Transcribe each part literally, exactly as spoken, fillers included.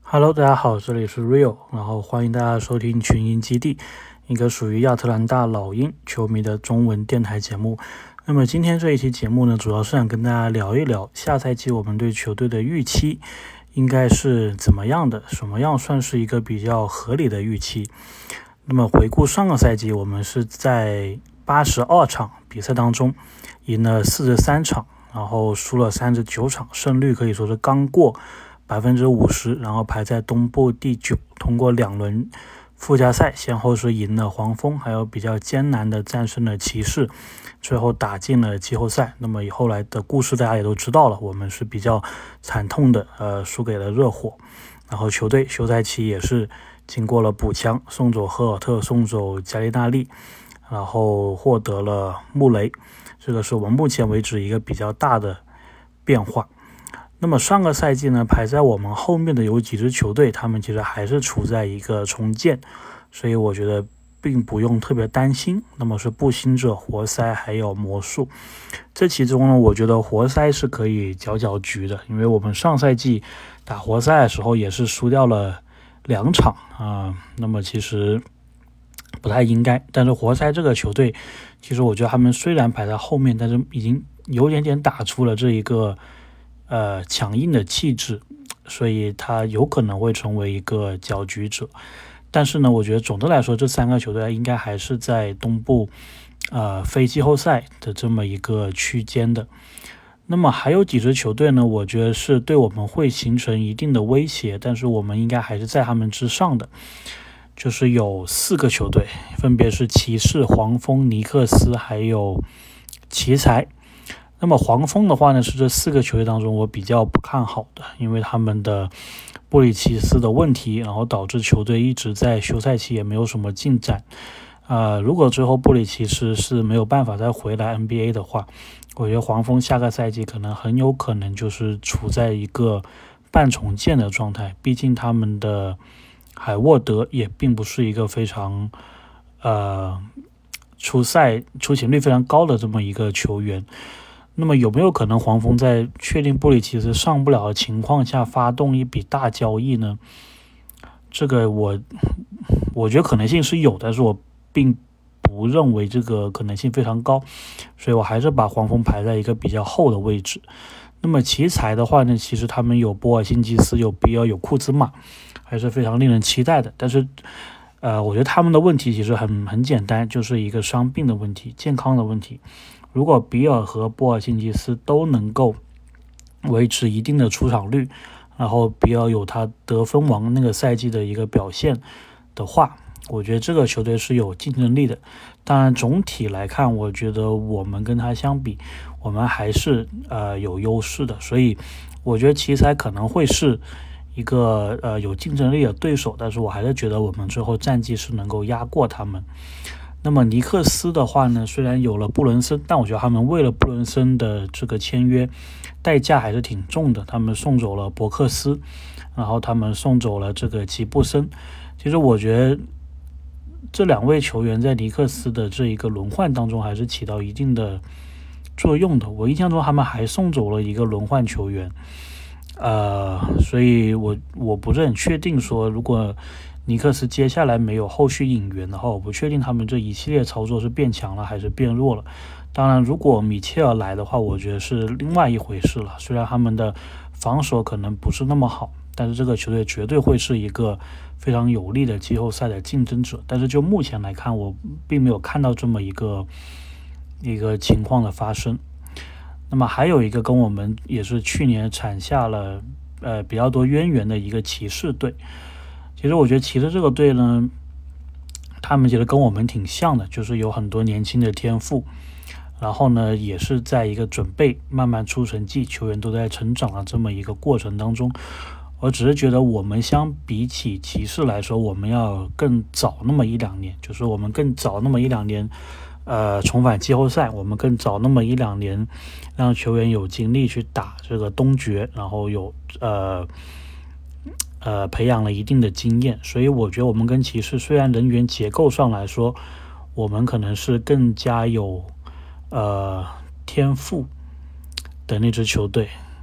Hello，大家好，这里是 Rio，然后欢迎大家收听群英基地，一个属于亚特兰大老鹰球迷的中文电台节目。那么今天这一期节目呢，主要是想跟大家聊一聊下赛季我们对球队的预期应该是怎么样的，什么样算是一个比较合理的预期。那么回顾上个赛季，我们是在八十二场比赛当中赢了四十三场，然后输了三十九场，胜率可以说是刚过百分之五十，然后排在东部第九，通过两轮附加赛，先后是赢了黄蜂，还有比较艰难的战胜了骑士，最后打进了季后赛。那么以后来的故事大家也都知道了，我们是比较惨痛的，呃，输给了热火。然后球队休赛期也是经过了补强，送走赫尔特，送走加利纳利，然后获得了穆雷，这个是我们目前为止一个比较大的变化。那么上个赛季呢，排在我们后面的有几支球队，他们其实还是处在一个重建，所以我觉得并不用特别担心。那么是步行者、活塞还有魔术，这其中呢，我觉得活塞是可以搅搅局的，因为我们上赛季打活塞的时候也是输掉了两场啊、呃，那么其实不太应该。但是活塞这个球队，其实我觉得他们虽然排在后面，但是已经有点点打出了这一个呃，强硬的气质，所以他有可能会成为一个搅局者。但是呢，我觉得总的来说，这三个球队应该还是在东部呃非季后赛的这么一个区间的。那么还有几支球队呢，我觉得是对我们会形成一定的威胁，但是我们应该还是在他们之上的。就是有四个球队，分别是骑士、黄蜂、尼克斯还有奇才。那么黄蜂的话呢，是这四个球队当中我比较不看好的，因为他们的布里奇斯的问题，然后导致球队一直在休赛期也没有什么进展。呃，如果最后布里奇斯是没有办法再回来 N B A 的话，我觉得黄蜂下个赛季可能很有可能就是处在一个半重建的状态，毕竟他们的海沃德也并不是一个非常呃出赛出勤率非常高的这么一个球员。那么有没有可能黄蜂在确定布里奇斯上不了的情况下发动一笔大交易呢？这个我我觉得可能性是有，但是我并不认为这个可能性非常高，所以我还是把黄蜂排在一个比较后的位置。那么奇才的话呢，其实他们有波尔辛吉斯，有比尔，有库兹马，还是非常令人期待的。但是呃，我觉得他们的问题其实很很简单，就是一个伤病的问题，健康的问题。如果比尔和波尔辛吉斯都能够维持一定的出场率，然后比尔有他得分王那个赛季的一个表现的话，我觉得这个球队是有竞争力的。当然总体来看，我觉得我们跟他相比，我们还是呃有优势的，所以我觉得奇才可能会是一个呃有竞争力的对手，但是我还是觉得我们最后战绩是能够压过他们。那么尼克斯的话呢，虽然有了布伦森，但我觉得他们为了布伦森的这个签约代价还是挺重的，他们送走了伯克斯，然后他们送走了这个吉布森。其实我觉得这两位球员在尼克斯的这一个轮换当中还是起到一定的作用的。我印象中他们还送走了一个轮换球员，呃，所以我我不是很确定说，如果尼克斯接下来没有后续引援的话，我不确定他们这一系列操作是变强了还是变弱了。当然如果米切尔来的话，我觉得是另外一回事了。虽然他们的防守可能不是那么好，但是这个球队绝对会是一个非常有力的季后赛的竞争者。但是就目前来看，我并没有看到这么一个一个情况的发生。那么还有一个跟我们也是去年产下了呃比较多渊源的一个骑士队。其实我觉得骑士这个队呢，他们其实跟我们挺像的，就是有很多年轻的天赋，然后呢也是在一个准备慢慢出成绩，球员都在成长的这么一个过程当中。我只是觉得我们相比起骑士来说，我们要更早那么一两年，就是我们更早那么一两年呃重返季后赛，我们更早那么一两年让球员有精力去打这个东决，然后有呃呃，培养了一定的经验，所以我觉得我们跟骑士虽然人员结构上来说，我们可能是更加有呃天赋的那支球队，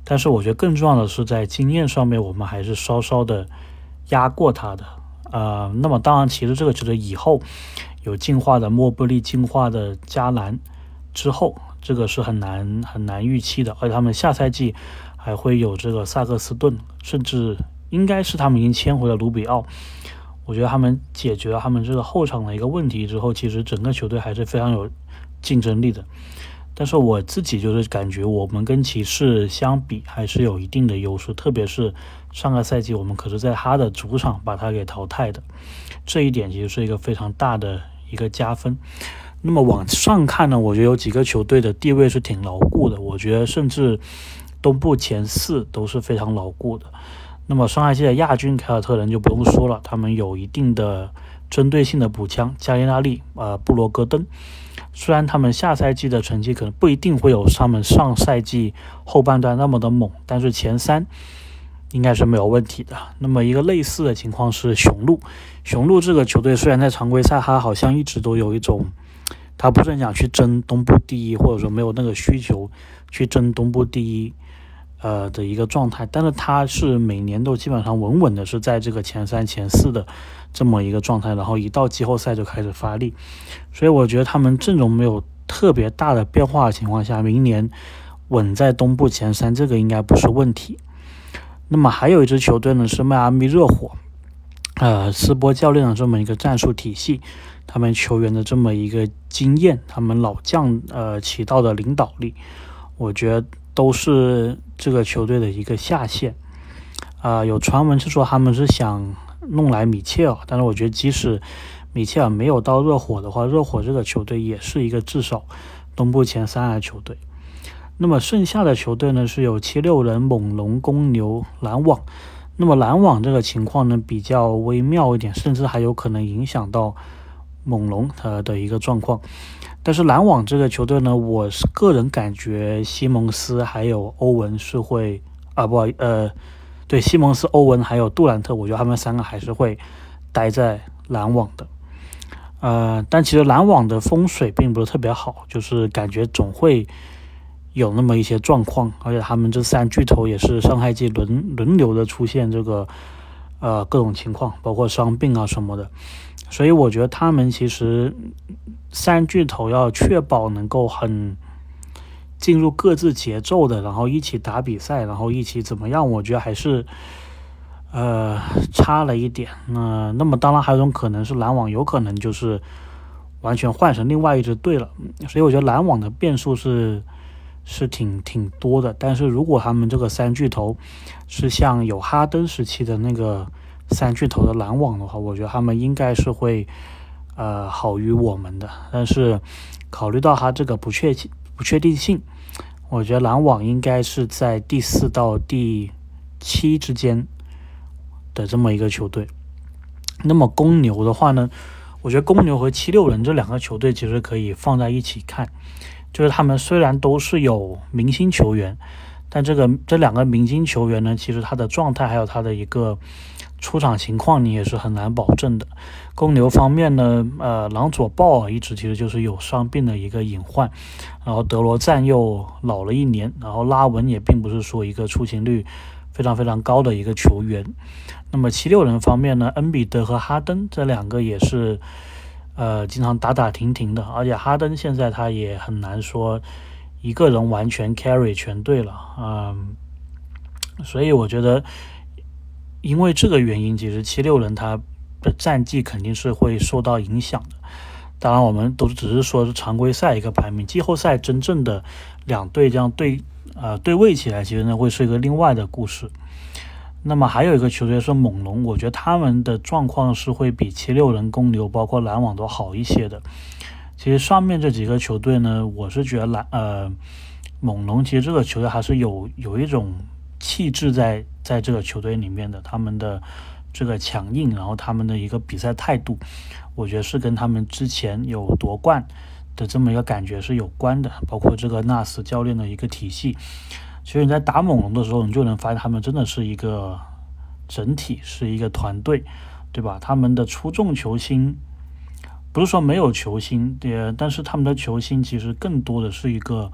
但是我觉得更重要的是在经验上面，我们还是稍稍的压过他的。呃，那么当然，其实这个球队以后有进化的莫布利、进化的加兰之后，这个是很难很难预期的。而且他们下赛季还会有这个萨克斯顿，甚至应该是他们已经签回了卢比奥。我觉得他们解决了他们这个后场的一个问题之后，其实整个球队还是非常有竞争力的。但是我自己就是感觉我们跟骑士相比还是有一定的优势，特别是上个赛季我们可是在他的主场把他给淘汰的，这一点其实是一个非常大的一个加分。那么往上看呢，我觉得有几个球队的地位是挺牢固的，我觉得甚至东部前四都是非常牢固的。那么上赛季的亚军凯尔特人就不用说了，他们有一定的针对性的补强，加利纳利、呃布罗格登。虽然他们下赛季的成绩可能不一定会有他们上赛季后半段那么的猛，但是前三应该是没有问题的。那么一个类似的情况是雄鹿，雄鹿这个球队虽然在常规赛他好像一直都有一种他不是很想去争东部第一，或者说没有那个需求去争东部第一呃的一个状态，但是他是每年都基本上稳稳的是在这个前三前四的这么一个状态，然后一到季后赛就开始发力。所以我觉得他们阵容没有特别大的变化的情况下，明年稳在东部前三这个应该不是问题。那么还有一支球队呢是迈阿密热火，呃斯波教练的这么一个战术体系，他们球员的这么一个经验，他们老将呃起到的领导力，我觉得都是这个球队的一个下限。呃有传闻是说他们是想弄来米切尔，但是我觉得即使米切尔没有到热火的话，热火这个球队也是一个至少东部前三的球队。那么剩下的球队呢是有七六人、猛龙、公牛、篮网。那么篮网这个情况呢比较微妙一点，甚至还有可能影响到猛龙呃的一个状况。但是篮网这个球队呢，我是个人感觉西蒙斯还有欧文是会啊不呃对西蒙斯、欧文还有杜兰特，我觉得他们三个还是会待在篮网的。呃，但其实篮网的风水并不是特别好，就是感觉总会有那么一些状况，而且他们这三巨头也是上赛季轮轮流的出现这个呃各种情况，包括伤病啊什么的，所以我觉得他们其实三巨头要确保能够很进入各自节奏的，然后一起打比赛，然后一起怎么样，我觉得还是呃差了一点。那那么当然还有一种可能是篮网有可能就是完全换成另外一支队了，所以我觉得篮网的变数是是挺挺多的。但是如果他们这个三巨头是像有哈登时期的那个三巨头的篮网的话，我觉得他们应该是会呃好于我们的。但是考虑到他这个不确不确定性，我觉得篮网应该是在第四到第七之间的这么一个球队。那么公牛的话呢，我觉得公牛和七六人这两个球队其实可以放在一起看，就是他们虽然都是有明星球员，但这个这两个明星球员呢，其实他的状态还有他的一个出场情况你也是很难保证的。公牛方面呢，呃，朗佐鲍尔一直其实就是有伤病的一个隐患，然后德罗赞又老了一年，然后拉文也并不是说一个出勤率非常非常高的一个球员。那么七六人方面呢，恩比德和哈登这两个也是呃经常打打停停的，而且哈登现在他也很难说一个人完全 carry 全队了，嗯，所以我觉得因为这个原因，其实七六人他的战绩肯定是会受到影响的。当然我们都只是说是常规赛一个排名，季后赛真正的两队这样对呃对位起来，其实呢会是一个另外的故事。那么还有一个球队是猛龙，我觉得他们的状况是会比七六人、公牛包括篮网都好一些的。其实上面这几个球队呢，我是觉得篮呃猛龙其实这个球队还是有有一种气质在在这个球队里面的，他们的这个强硬，然后他们的一个比赛态度，我觉得是跟他们之前有夺冠的这么一个感觉是有关的，包括这个纳斯教练的一个体系。其实你在打猛龙的时候，你就能发现他们真的是一个整体，是一个团队，对吧？他们的出众球星不是说没有球星，但是他们的球星其实更多的是一个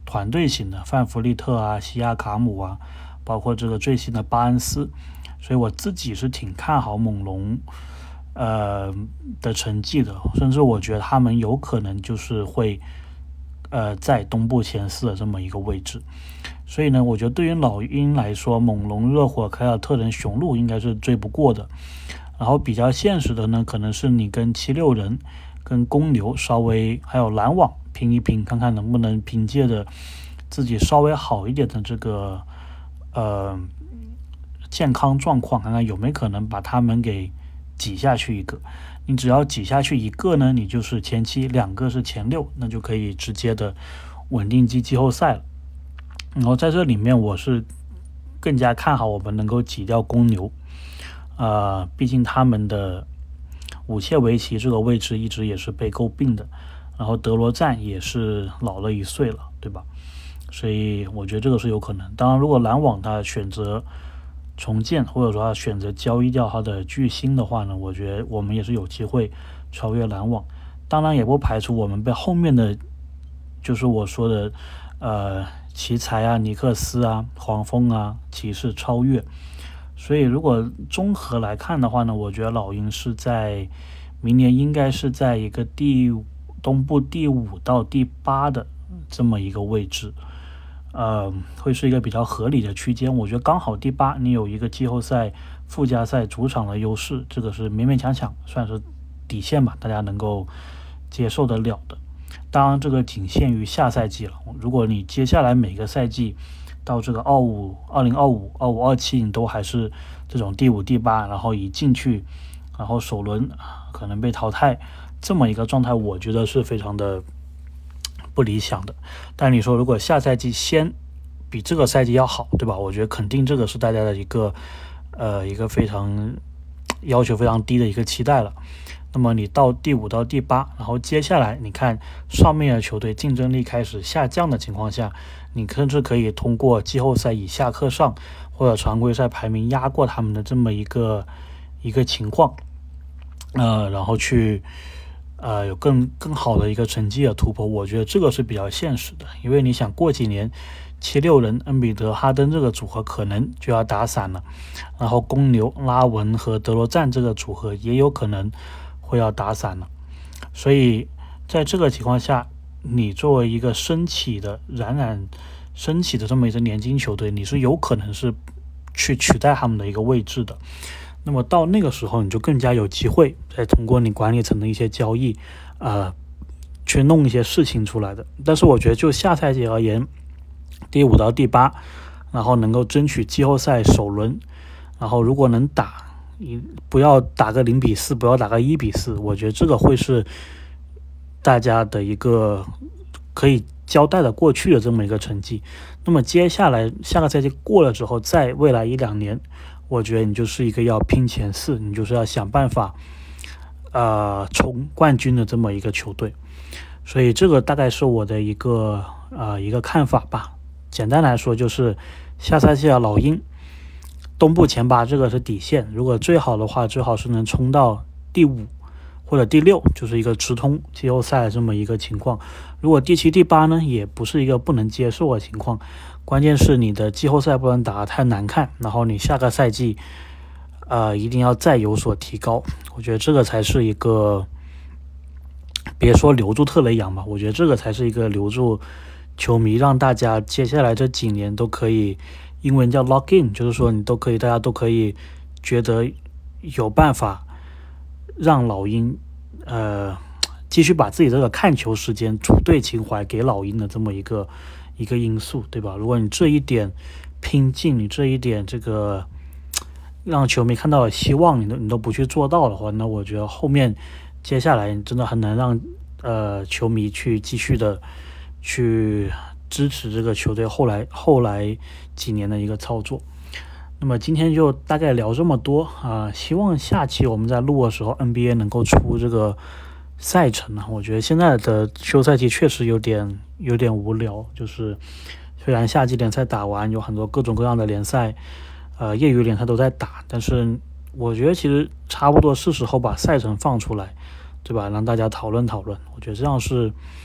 团队型的，范弗利特啊、西亚卡姆啊，包括这个最新的巴恩斯，所以我自己是挺看好猛龙呃的成绩的，甚至我觉得他们有可能就是会呃在东部前四的这么一个位置。所以呢，我觉得对于老鹰来说，猛龙、热火、凯尔特人、雄鹿应该是追不过的。然后比较现实的呢，可能是你跟七六人、跟公牛稍微还有篮网拼一拼，看看能不能凭借着自己稍微好一点的这个呃健康状况，看看有没有可能把他们给挤下去一个。你只要挤下去一个呢，你就是前七，两个是前六，那就可以直接的稳定进季后赛了。然后在这里面，我是更加看好我们能够挤掉公牛，呃，毕竟他们的武切维奇这个位置一直也是被诟病的，然后德罗赞也是老了一岁了，对吧？所以我觉得这个是有可能。当然，如果篮网他选择重建，或者说他选择交易掉他的巨星的话呢，我觉得我们也是有机会超越篮网。当然，也不排除我们被后面的，就是我说的，呃。奇才啊、尼克斯啊、黄蜂啊、骑士超越。所以如果综合来看的话呢，我觉得老鹰是在明年应该是在一个第东部第五到第八的这么一个位置，呃，会是一个比较合理的区间。我觉得刚好第八，你有一个季后赛附加赛主场的优势，这个是勉勉强强算是底线吧，大家能够接受得了的。当然这个仅限于下赛季了，如果你接下来每个赛季到这个二五二零二五二五二七你都还是这种第五第八，然后一进去然后首轮可能被淘汰这么一个状态，我觉得是非常的不理想的。但你说如果下赛季先比这个赛季要好，对吧？我觉得肯定这个是大家的一个呃一个非常要求非常低的一个期待了。那么你到第五到第八，然后接下来你看上面的球队竞争力开始下降的情况下，你甚至可以通过季后赛以下克上，或者常规赛排名压过他们的这么一个一个情况，呃，然后去呃有更更好的一个成绩的突破。我觉得这个是比较现实的，因为你想过几年七六人、恩比德、哈登这个组合可能就要打散了，然后公牛、拉文和德罗赞这个组合也有可能会要打散了。所以在这个情况下，你作为一个升起的冉冉升起的这么一支年轻球队，你是有可能是去取代他们的一个位置的。那么到那个时候，你就更加有机会再通过你管理层的一些交易呃，去弄一些事情出来的。但是我觉得就下赛季而言，第五到第八，然后能够争取季后赛首轮，然后如果能打，不要打个零比四，不要打个一比四，我觉得这个会是大家的一个可以交代的过去的这么一个成绩。那么接下来下个赛季过了之后，在未来一两年，我觉得你就是一个要拼前四，你就是要想办法呃冲冠军的这么一个球队。所以这个大概是我的一个呃一个看法吧。简单来说就是下赛季的老鹰东部前八这个是底线，如果最好的话最好是能冲到第五或者第六，就是一个直通季后赛的这么一个情况。如果第七第八呢，也不是一个不能接受的情况，关键是你的季后赛不能打得太难看，然后你下个赛季呃一定要再有所提高。我觉得这个才是一个，别说留住特雷杨吧，我觉得这个才是一个留住球迷，让大家接下来这几年都可以，英文叫 lock in， 就是说你都可以，大家都可以觉得有办法让老鹰呃继续把自己这个看球时间、主队情怀给老鹰的这么一个一个因素，对吧？如果你这一点拼劲，你这一点这个让球迷看到了希望，你都你都不去做到的话，那我觉得后面接下来真的很难让呃球迷去继续的去支持这个球队后来后来几年的一个操作。那么今天就大概聊这么多啊、呃，希望下期我们在录的时候 N B A 能够出这个赛程啊。我觉得现在的休赛期确实有点有点无聊，就是虽然夏季联赛打完，有很多各种各样的联赛，呃，业余联赛都在打，但是我觉得其实差不多是时候把赛程放出来，对吧？让大家讨论讨论，我觉得这样是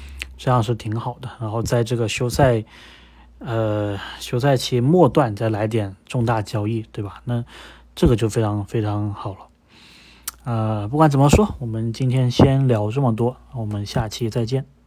这样是挺好的。然后在这个休赛，呃，休赛期末段再来点重大交易，对吧？那这个就非常非常好了。呃，不管怎么说，我们今天先聊这么多，我们下期再见。